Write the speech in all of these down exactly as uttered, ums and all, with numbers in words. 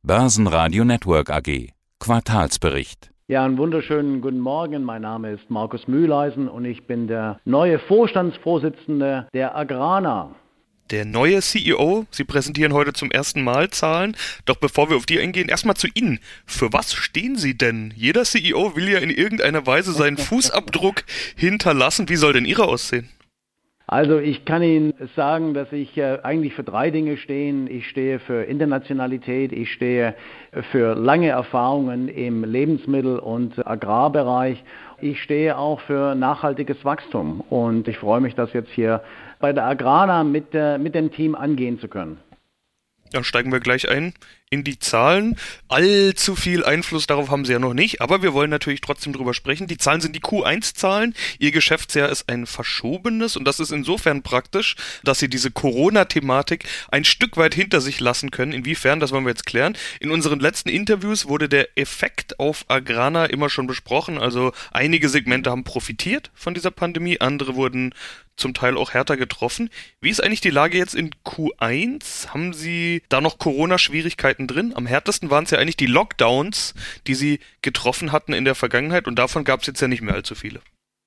Börsenradio Network A G. Quartalsbericht. Ja, einen wunderschönen guten Morgen. Mein Name ist Markus Mühleisen und ich bin der neue Vorstandsvorsitzende der Agrana. Der neue C E O, Sie präsentieren heute zum ersten Mal Zahlen. Doch bevor wir auf die eingehen, erstmal zu Ihnen. Für was stehen Sie denn? Jeder C E O will ja in irgendeiner Weise seinen Fußabdruck hinterlassen. Wie soll denn Ihre aussehen? Also ich kann Ihnen sagen, dass ich äh, eigentlich für drei Dinge stehe. Ich stehe für Internationalität, ich stehe für lange Erfahrungen im Lebensmittel- und Agrarbereich. Ich stehe auch für nachhaltiges Wachstum und ich freue mich, das jetzt hier bei der Agrana mit, äh, mit dem Team angehen zu können. Dann steigen wir gleich ein in die Zahlen. Allzu viel Einfluss darauf haben Sie ja noch nicht, aber wir wollen natürlich trotzdem drüber sprechen. Die Zahlen sind die Q eins Zahlen. Ihr Geschäftsjahr ist ein verschobenes und das ist insofern praktisch, dass Sie diese Corona-Thematik ein Stück weit hinter sich lassen können. Inwiefern, das wollen wir jetzt klären. In unseren letzten Interviews wurde der Effekt auf Agrana immer schon besprochen. Also einige Segmente haben profitiert von dieser Pandemie, andere wurden zum Teil auch härter getroffen. Wie ist eigentlich die Lage jetzt in Q eins? Haben Sie da noch Corona-Schwierigkeiten drin? Am härtesten waren es ja eigentlich die Lockdowns, die Sie getroffen hatten in der Vergangenheit und davon gab es jetzt ja nicht mehr allzu viele.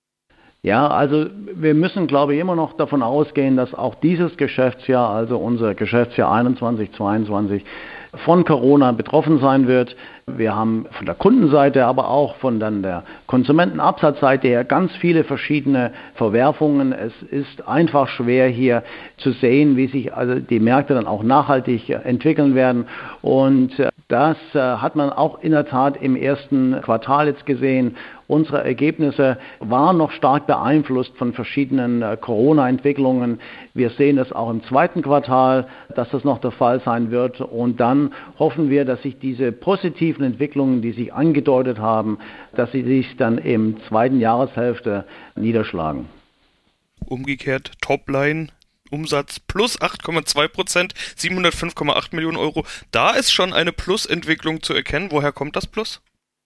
Ja, also wir müssen, glaube ich, immer noch davon ausgehen, dass auch dieses Geschäftsjahr, also unser Geschäftsjahr einundzwanzig zweiundzwanzig, von Corona betroffen sein wird. Wir haben von der Kundenseite, aber auch von dann der Konsumentenabsatzseite her ganz viele verschiedene Verwerfungen. Es ist einfach schwer hier zu sehen, wie sich also die Märkte dann auch nachhaltig entwickeln werden. Und das hat man auch in der Tat im ersten Quartal jetzt gesehen. Unsere Ergebnisse waren noch stark beeinflusst von verschiedenen äh, Corona-Entwicklungen. Wir sehen es auch im zweiten Quartal, dass das noch der Fall sein wird. Und dann hoffen wir, dass sich diese positiven Entwicklungen, die sich angedeutet haben, dass sie sich dann im zweiten Jahreshälfte niederschlagen. Umgekehrt, Topline. Umsatz plus acht Komma zwei Prozent, siebenhundertfünf Komma acht Millionen Euro. Da ist schon eine Plusentwicklung zu erkennen. Woher kommt das Plus?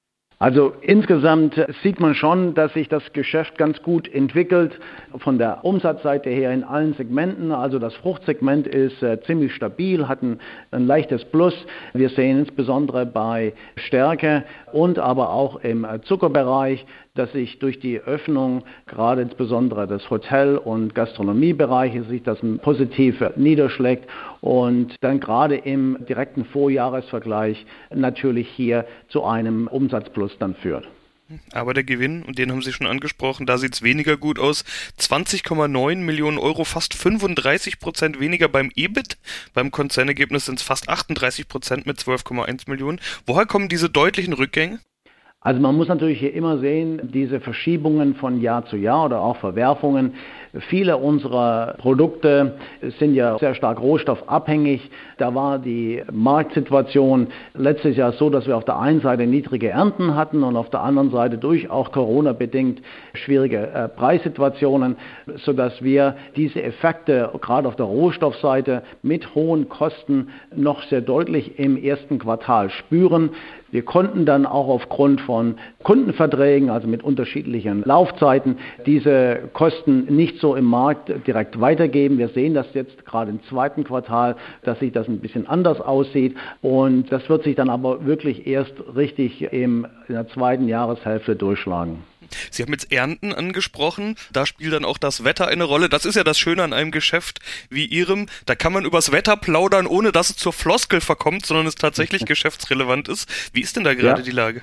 Also insgesamt sieht man schon, dass sich das Geschäft ganz gut entwickelt, von der Umsatzseite her in allen Segmenten. Also das Fruchtsegment ist äh, ziemlich stabil, hat ein, ein leichtes Plus. Wir sehen insbesondere bei Stärke und aber auch im äh, Zuckerbereich, dass sich durch die Öffnung gerade insbesondere des Hotel- und Gastronomiebereiches sich das positiv niederschlägt und dann gerade im direkten Vorjahresvergleich natürlich hier zu einem Umsatzplus dann führt. Aber der Gewinn, und den haben Sie schon angesprochen, da sieht es weniger gut aus. zwanzig Komma neun Millionen Euro, fast fünfunddreißig Prozent weniger beim E B I T. Beim Konzernergebnis sind es fast achtunddreißig Prozent mit zwölf Komma eins Millionen. Woher kommen diese deutlichen Rückgänge? Also man muss natürlich hier immer sehen, diese Verschiebungen von Jahr zu Jahr oder auch Verwerfungen. Viele unserer Produkte sind ja sehr stark rohstoffabhängig. Da war die Marktsituation letztes Jahr so, dass wir auf der einen Seite niedrige Ernten hatten und auf der anderen Seite durch auch Corona-bedingt schwierige äh, Preissituationen, sodass wir diese Effekte gerade auf der Rohstoffseite mit hohen Kosten noch sehr deutlich im ersten Quartal spüren. Wir konnten dann auch aufgrund von Kundenverträgen, also mit unterschiedlichen Laufzeiten, diese Kosten nicht so im Markt direkt weitergeben. Wir sehen das jetzt gerade im zweiten Quartal, dass sich das ein bisschen anders aussieht und das wird sich dann aber wirklich erst richtig im, in der zweiten Jahreshälfte durchschlagen. Sie haben jetzt Ernten angesprochen, da spielt dann auch das Wetter eine Rolle. Das ist ja das Schöne an einem Geschäft wie Ihrem. Da kann man übers Wetter plaudern, ohne dass es zur Floskel verkommt, sondern es tatsächlich geschäftsrelevant ist. Wie ist denn da gerade ja. die Lage?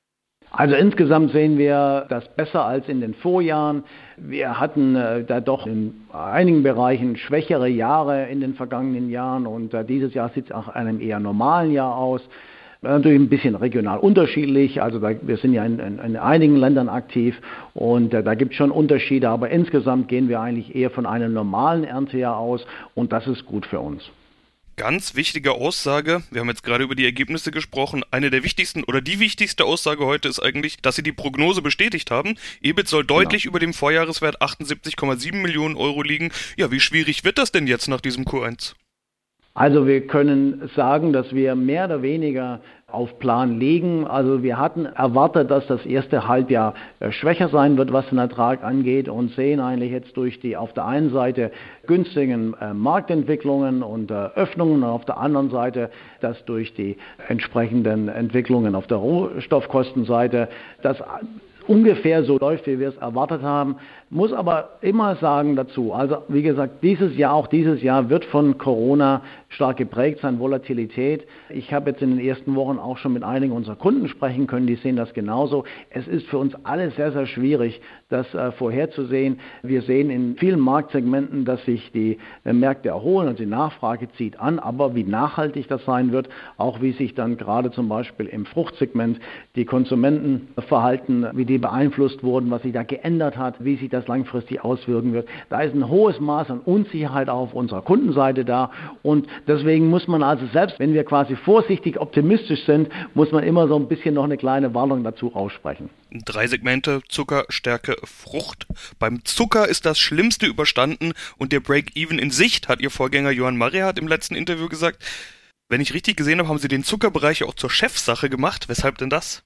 Also insgesamt sehen wir das besser als in den Vorjahren. Wir hatten äh, da doch in einigen Bereichen schwächere Jahre in den vergangenen Jahren und äh, dieses Jahr sieht es nach einem eher normalen Jahr aus. Natürlich ein bisschen regional unterschiedlich, also da, wir sind ja in, in, in einigen Ländern aktiv und äh, da gibt es schon Unterschiede, aber insgesamt gehen wir eigentlich eher von einem normalen Erntejahr aus und das ist gut für uns. Ganz wichtige Aussage, wir haben jetzt gerade über die Ergebnisse gesprochen, eine der wichtigsten oder die wichtigste Aussage heute ist eigentlich, dass Sie die Prognose bestätigt haben. E B I T soll deutlich genau. über dem Vorjahreswert achtundsiebzig Komma sieben Millionen Euro liegen. Ja, wie schwierig wird das denn jetzt nach diesem Q eins? Also wir können sagen, dass wir mehr oder weniger auf Plan liegen. Also wir hatten erwartet, dass das erste Halbjahr äh, schwächer sein wird, was den Ertrag angeht, und sehen eigentlich jetzt durch die auf der einen Seite günstigen äh, Marktentwicklungen und äh, Öffnungen und auf der anderen Seite, dass durch die entsprechenden Entwicklungen auf der Rohstoffkostenseite das ungefähr so läuft, wie wir es erwartet haben. Muss aber immer sagen dazu, also wie gesagt, dieses Jahr, auch dieses Jahr wird von Corona stark geprägt sein, Volatilität. Ich habe jetzt in den ersten Wochen auch schon mit einigen unserer Kunden sprechen können, die sehen das genauso. Es ist für uns alle sehr, sehr schwierig, das äh, vorherzusehen. Wir sehen in vielen Marktsegmenten, dass sich die äh, Märkte erholen und die Nachfrage zieht an, aber wie nachhaltig das sein wird, auch wie sich dann gerade zum Beispiel im Fruchtsegment die Konsumentenverhalten, wie die beeinflusst wurden, was sich da geändert hat, wie sich das langfristig auswirken wird. Da ist ein hohes Maß an Unsicherheit auch auf unserer Kundenseite da, und deswegen muss man also, selbst wenn wir quasi vorsichtig optimistisch sind, muss man immer so ein bisschen noch eine kleine Warnung dazu aussprechen. Drei Segmente: Zucker, Stärke, Frucht. Beim Zucker ist das Schlimmste überstanden und der Break-Even in Sicht, hat Ihr Vorgänger Johann Marriott im letzten Interview gesagt. Wenn ich richtig gesehen habe, haben Sie den Zuckerbereich auch zur Chefsache gemacht. Weshalb denn das?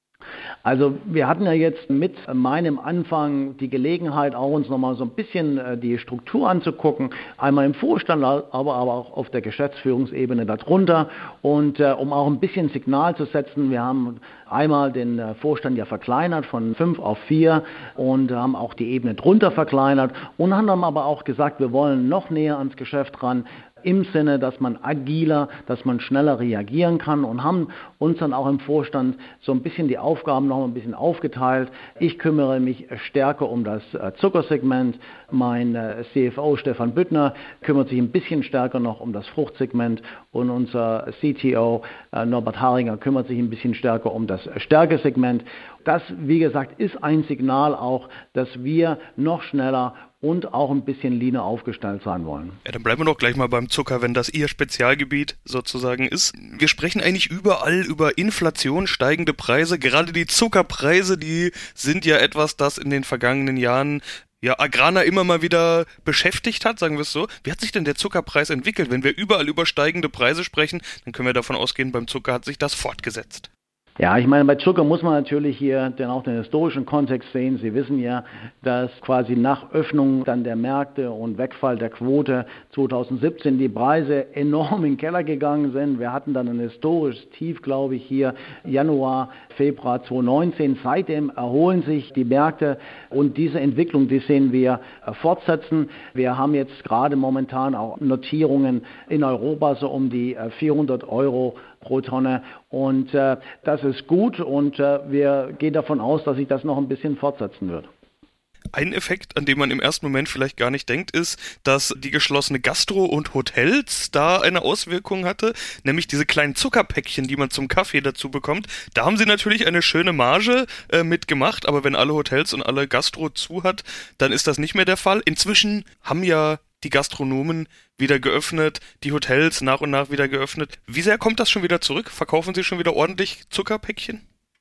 Also wir hatten ja jetzt mit meinem Anfang die Gelegenheit, auch uns nochmal so ein bisschen die Struktur anzugucken, einmal im Vorstand, aber, aber auch auf der Geschäftsführungsebene darunter, und äh, um auch ein bisschen Signal zu setzen. Wir haben einmal den Vorstand ja verkleinert von fünf auf vier und haben auch die Ebene drunter verkleinert und haben aber auch gesagt, wir wollen noch näher ans Geschäft ran, im Sinne, dass man agiler, dass man schneller reagieren kann, und haben uns dann auch im Vorstand so ein bisschen die Aufgaben noch ein bisschen aufgeteilt. Ich kümmere mich stärker um das Zuckersegment, mein C F O Stefan Büttner kümmert sich ein bisschen stärker noch um das Fruchtsegment, und unser C T O Norbert Haringer kümmert sich ein bisschen stärker um das Stärkesegment. Das, wie gesagt, ist ein Signal auch, dass wir noch schneller und auch ein bisschen leaner aufgestellt sein wollen. Ja, dann bleiben wir doch gleich mal beim Zucker, wenn das Ihr Spezialgebiet sozusagen ist. Wir sprechen eigentlich überall über Inflation, steigende Preise. Gerade die Zuckerpreise, die sind ja etwas, das in den vergangenen Jahren ja Agrana immer mal wieder beschäftigt hat, sagen wir es so. Wie hat sich denn der Zuckerpreis entwickelt? Wenn wir überall über steigende Preise sprechen, dann können wir davon ausgehen, beim Zucker hat sich das fortgesetzt. Ja, ich meine, bei Zucker muss man natürlich hier dann auch den historischen Kontext sehen. Sie wissen ja, dass quasi nach Öffnung dann der Märkte und Wegfall der Quote zwanzig siebzehn die Preise enorm in den Keller gegangen sind. Wir hatten dann ein historisches Tief, glaube ich, hier Januar, Februar zwanzig neunzehn. Seitdem erholen sich die Märkte, und diese Entwicklung, die sehen wir fortsetzen. Wir haben jetzt gerade momentan auch Notierungen in Europa so um die vierhundert Euro pro Tonne, und äh, das ist gut, und äh, wir gehen davon aus, dass sich das noch ein bisschen fortsetzen wird. Ein Effekt, an den man im ersten Moment vielleicht gar nicht denkt, ist, dass die geschlossene Gastro und Hotels da eine Auswirkung hatte, nämlich diese kleinen Zuckerpäckchen, die man zum Kaffee dazu bekommt. Da haben sie natürlich eine schöne Marge äh, mitgemacht, aber wenn alle Hotels und alle Gastro zu hat, dann ist das nicht mehr der Fall. Inzwischen haben ja die Gastronomen wieder geöffnet, die Hotels nach und nach wieder geöffnet. Wie sehr kommt das schon wieder zurück? Verkaufen Sie schon wieder ordentlich Zuckerpäckchen?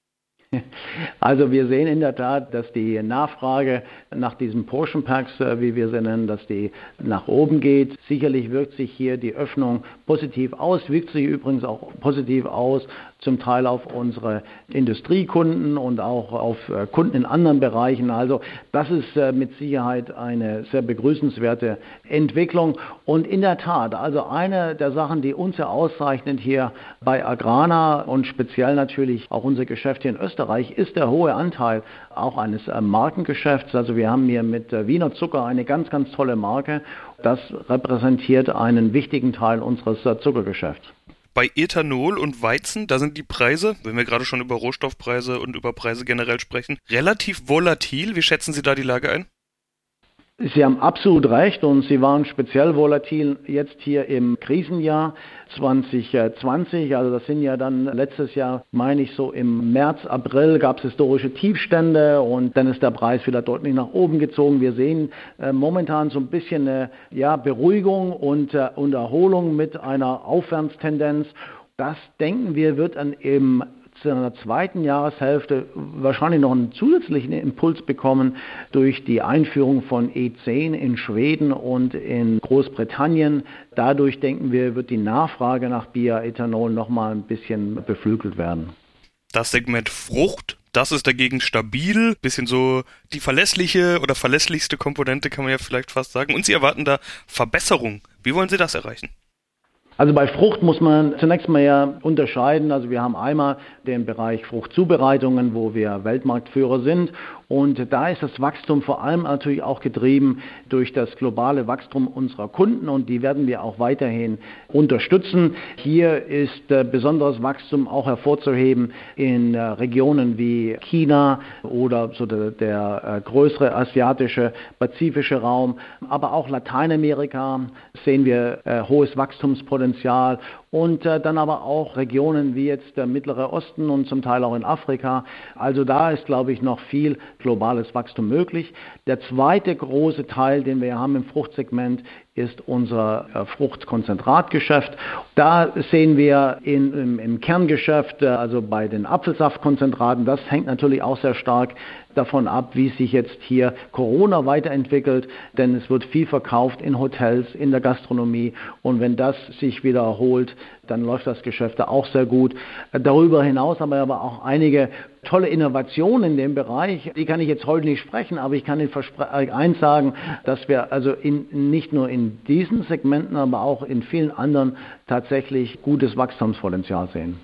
Also wir sehen in der Tat, dass die Nachfrage nach diesen Portion Packs, wie wir sie nennen, dass die nach oben geht. Sicherlich wirkt sich hier die Öffnung positiv aus, wirkt sich übrigens auch positiv aus, zum Teil auf unsere Industriekunden und auch auf Kunden in anderen Bereichen. Also das ist mit Sicherheit eine sehr begrüßenswerte Entwicklung. Und in der Tat, also eine der Sachen, die uns ja auszeichnet hier bei Agrana und speziell natürlich auch unser Geschäft hier in Österreich, ist der hohe Anteil auch eines Markengeschäfts. Also wir haben hier mit Wiener Zucker eine ganz, ganz tolle Marke. Das repräsentiert einen wichtigen Teil unseres Zuckergeschäfts. Bei Ethanol und Weizen, da sind die Preise, wenn wir gerade schon über Rohstoffpreise und über Preise generell sprechen, relativ volatil. Wie schätzen Sie da die Lage ein? Sie haben absolut recht, und Sie waren speziell volatil jetzt hier im Krisenjahr zwanzig zwanzig. Also das sind ja dann letztes Jahr, meine ich so im März, April gab es historische Tiefstände, und dann ist der Preis wieder deutlich nach oben gezogen. Wir sehen äh, momentan so ein bisschen eine ja, Beruhigung und, äh, und Erholung mit einer Aufwärtstendenz. Das, denken wir, wird dann im zu einer zweiten Jahreshälfte wahrscheinlich noch einen zusätzlichen Impuls bekommen durch die Einführung von E zehn in Schweden und in Großbritannien. Dadurch, denken wir, wird die Nachfrage nach Bioethanol noch mal ein bisschen beflügelt werden. Das Segment Frucht, das ist dagegen stabil, bisschen so die verlässliche oder verlässlichste Komponente, kann man ja vielleicht fast sagen. Und Sie erwarten da Verbesserung. Wie wollen Sie das erreichen? Also bei Frucht muss man zunächst mal ja unterscheiden. Also wir haben einmal den Bereich Fruchtzubereitungen, wo wir Weltmarktführer sind. Und da ist das Wachstum vor allem natürlich auch getrieben durch das globale Wachstum unserer Kunden und die werden wir auch weiterhin unterstützen. Hier ist äh, besonderes Wachstum auch hervorzuheben in äh, Regionen wie China oder so der, der äh, größere asiatische, pazifische Raum, aber auch Lateinamerika sehen wir äh, hohes Wachstumspotenzial. Und äh, dann aber auch Regionen wie jetzt der Mittlere Osten und zum Teil auch in Afrika. Also da ist, glaube ich, noch viel globales Wachstum möglich. Der zweite große Teil, den wir haben im Fruchtsegment, ist unser äh, Fruchtkonzentratgeschäft. Da sehen wir in, im, im Kerngeschäft, äh, also bei den Apfelsaftkonzentraten, das hängt natürlich auch sehr stark davon ab, wie sich jetzt hier Corona weiterentwickelt, denn es wird viel verkauft in Hotels, in der Gastronomie und wenn das sich wieder erholt, dann läuft das Geschäft da auch sehr gut. Darüber hinaus haben wir aber auch einige tolle Innovationen in dem Bereich, die kann ich jetzt heute nicht sprechen, aber ich kann Ihnen eins sagen, dass wir also in, nicht nur in diesen Segmenten, aber auch in vielen anderen tatsächlich gutes Wachstumspotenzial sehen.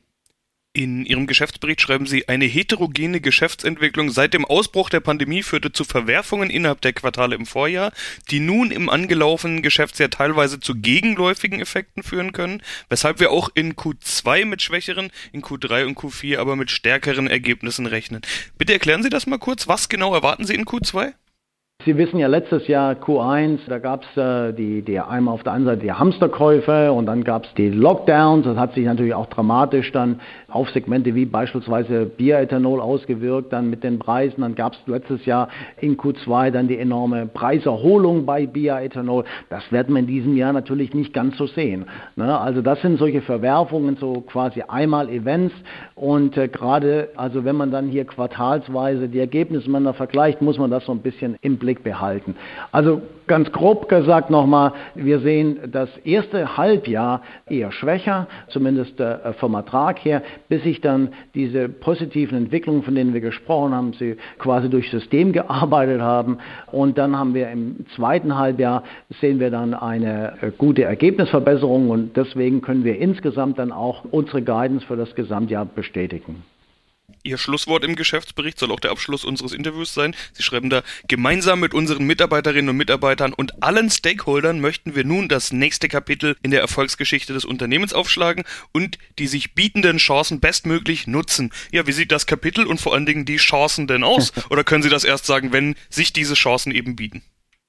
In Ihrem Geschäftsbericht schreiben Sie, eine heterogene Geschäftsentwicklung seit dem Ausbruch der Pandemie führte zu Verwerfungen innerhalb der Quartale im Vorjahr, die nun im angelaufenen Geschäftsjahr teilweise zu gegenläufigen Effekten führen können, weshalb wir auch in Q zwei mit schwächeren, in Q drei und Q vier aber mit stärkeren Ergebnissen rechnen. Bitte erklären Sie das mal kurz. Was genau erwarten Sie in Q zwei? Sie wissen ja, letztes Jahr Q eins, da gab es äh, die, die einmal auf der einen Seite die Hamsterkäufe und dann gab es die Lockdowns. Das hat sich natürlich auch dramatisch dann auf Segmente wie beispielsweise Bioethanol ausgewirkt, dann mit den Preisen. Dann gab es letztes Jahr in Q zwei dann die enorme Preiserholung bei Bioethanol. Das werden wir in diesem Jahr natürlich nicht ganz so sehen. Ne? Also das sind solche Verwerfungen, so quasi einmal Events und äh, gerade, also wenn man dann hier quartalsweise die Ergebnisse miteinander vergleicht, muss man das so ein bisschen im Blick behalten. Also ganz grob gesagt nochmal, wir sehen das erste Halbjahr eher schwächer, zumindest äh, vom Ertrag her, bis sich dann diese positiven Entwicklungen, von denen wir gesprochen haben, sie quasi durch System gearbeitet haben und dann haben wir im zweiten Halbjahr sehen wir dann eine äh, gute Ergebnisverbesserung und deswegen können wir insgesamt dann auch unsere Guidance für das Gesamtjahr bestätigen. Ihr Schlusswort im Geschäftsbericht soll auch der Abschluss unseres Interviews sein. Sie schreiben da, gemeinsam mit unseren Mitarbeiterinnen und Mitarbeitern und allen Stakeholdern möchten wir nun das nächste Kapitel in der Erfolgsgeschichte des Unternehmens aufschlagen und die sich bietenden Chancen bestmöglich nutzen. Ja, wie sieht das Kapitel und vor allen Dingen die Chancen denn aus? Oder können Sie das erst sagen, wenn sich diese Chancen eben bieten?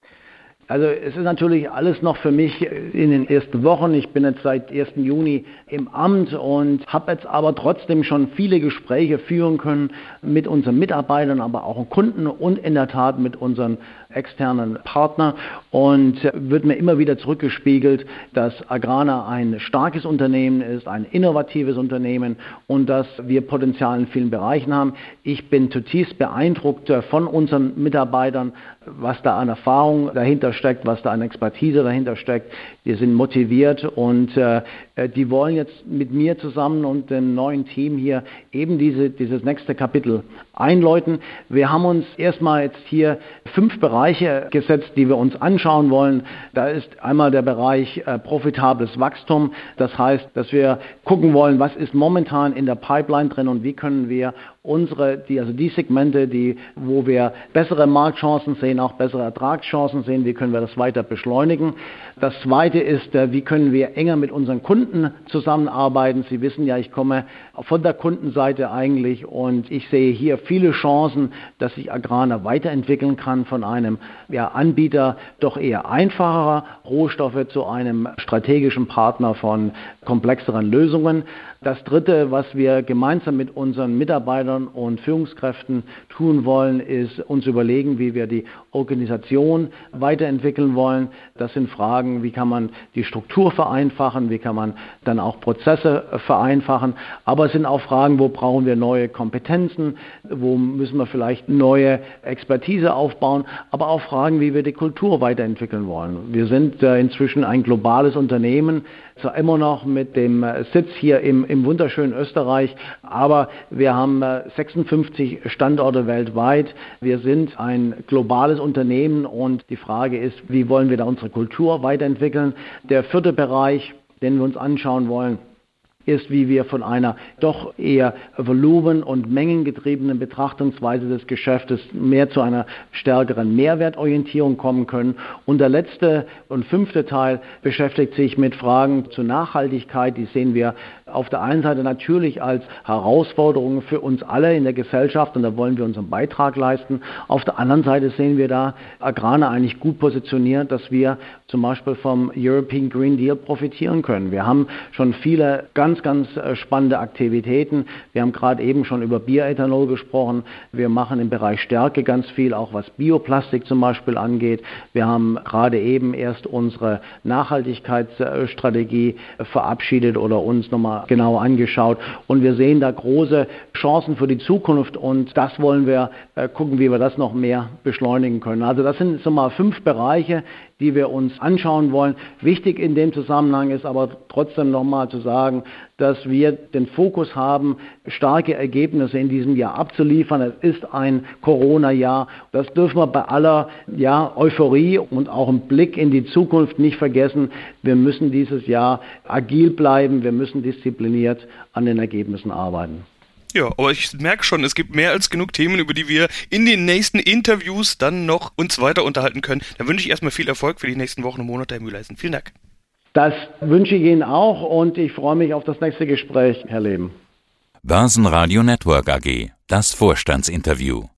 Also es ist natürlich alles noch für mich in den ersten Wochen. Ich bin jetzt seit ersten Juni im Amt und habe jetzt aber trotzdem schon viele Gespräche führen können mit unseren Mitarbeitern, aber auch Kunden und in der Tat mit unseren externen Partnern und wird mir immer wieder zurückgespiegelt, dass Agrana ein starkes Unternehmen ist, ein innovatives Unternehmen und dass wir Potenzial in vielen Bereichen haben. Ich bin zutiefst beeindruckt von unseren Mitarbeitern, was da an Erfahrung dahinter steckt, was da an Expertise dahinter steckt. Die sind motiviert und äh, die wollen jetzt mit mir zusammen und dem neuen Team hier eben diese, dieses nächste Kapitel einläuten. Wir haben uns erstmal jetzt hier fünf Bereiche gesetzt, die wir uns anschauen wollen. Da ist einmal der Bereich äh, profitables Wachstum. Das heißt, dass wir gucken wollen, was ist momentan in der Pipeline drin und wie können wir unsere, die, also die Segmente, die, wo wir bessere Marktchancen sehen, auch bessere Ertragschancen sehen, wie können wir das weiter beschleunigen. Das zweite ist, äh, wie können wir enger mit unseren Kunden zusammenarbeiten. Sie wissen ja, ich komme von der Kundenseite eigentlich und ich sehe hier viele Chancen, dass sich Agrana weiterentwickeln kann von einem ja, Anbieter doch eher einfacherer Rohstoffe zu einem strategischen Partner von komplexeren Lösungen. Das Dritte, was wir gemeinsam mit unseren Mitarbeitern und Führungskräften tun wollen, ist uns überlegen, wie wir die Organisation weiterentwickeln wollen. Das sind Fragen, wie kann man die Struktur vereinfachen, wie kann man dann auch Prozesse vereinfachen. Aber es sind auch Fragen, wo brauchen wir neue Kompetenzen, wo müssen wir vielleicht neue Expertise aufbauen, aber auch Fragen, wie wir die Kultur weiterentwickeln wollen. Wir sind äh, inzwischen ein globales Unternehmen, zwar immer noch mit dem äh, Sitz hier im, im wunderschönen Österreich, aber wir haben äh, sechsundfünfzig Standorte weltweit. Wir sind ein globales Unternehmen und die Frage ist, wie wollen wir da unsere Kultur weiterentwickeln? Der vierte Bereich, den wir uns anschauen wollen, ist, wie wir von einer doch eher volumen- und mengengetriebenen Betrachtungsweise des Geschäftes mehr zu einer stärkeren Mehrwertorientierung kommen können. Und der letzte und fünfte Teil beschäftigt sich mit Fragen zur Nachhaltigkeit. Die sehen wir auf der einen Seite natürlich als Herausforderung für uns alle in der Gesellschaft und da wollen wir unseren Beitrag leisten. Auf der anderen Seite sehen wir da Agrana eigentlich gut positioniert, dass wir zum Beispiel vom European Green Deal profitieren können. Wir haben schon viele ganz, ganz spannende Aktivitäten. Wir haben gerade eben schon über Bioethanol gesprochen. Wir machen im Bereich Stärke ganz viel, auch was Bioplastik zum Beispiel angeht. Wir haben gerade eben erst unsere Nachhaltigkeitsstrategie verabschiedet oder uns nochmal genau angeschaut und wir sehen da große Chancen für die Zukunft und das wollen wir äh, gucken, wie wir das noch mehr beschleunigen können. Also das sind so mal fünf Bereiche, die wir uns anschauen wollen. Wichtig in dem Zusammenhang ist aber trotzdem nochmal zu sagen, dass wir den Fokus haben, starke Ergebnisse in diesem Jahr abzuliefern. Es ist ein Corona-Jahr. Das dürfen wir bei aller ja, Euphorie und auch im Blick in die Zukunft nicht vergessen. Wir müssen dieses Jahr agil bleiben. Wir müssen diszipliniert an den Ergebnissen arbeiten. Ja, aber ich merke schon, es gibt mehr als genug Themen, über die wir in den nächsten Interviews dann noch uns weiter unterhalten können. Dann wünsche ich erstmal viel Erfolg für die nächsten Wochen und Monate, Herr Mühleisen. Vielen Dank. Das wünsche ich Ihnen auch und ich freue mich auf das nächste Gespräch, Herr Leben. Börsenradio Network A G, das Vorstandsinterview.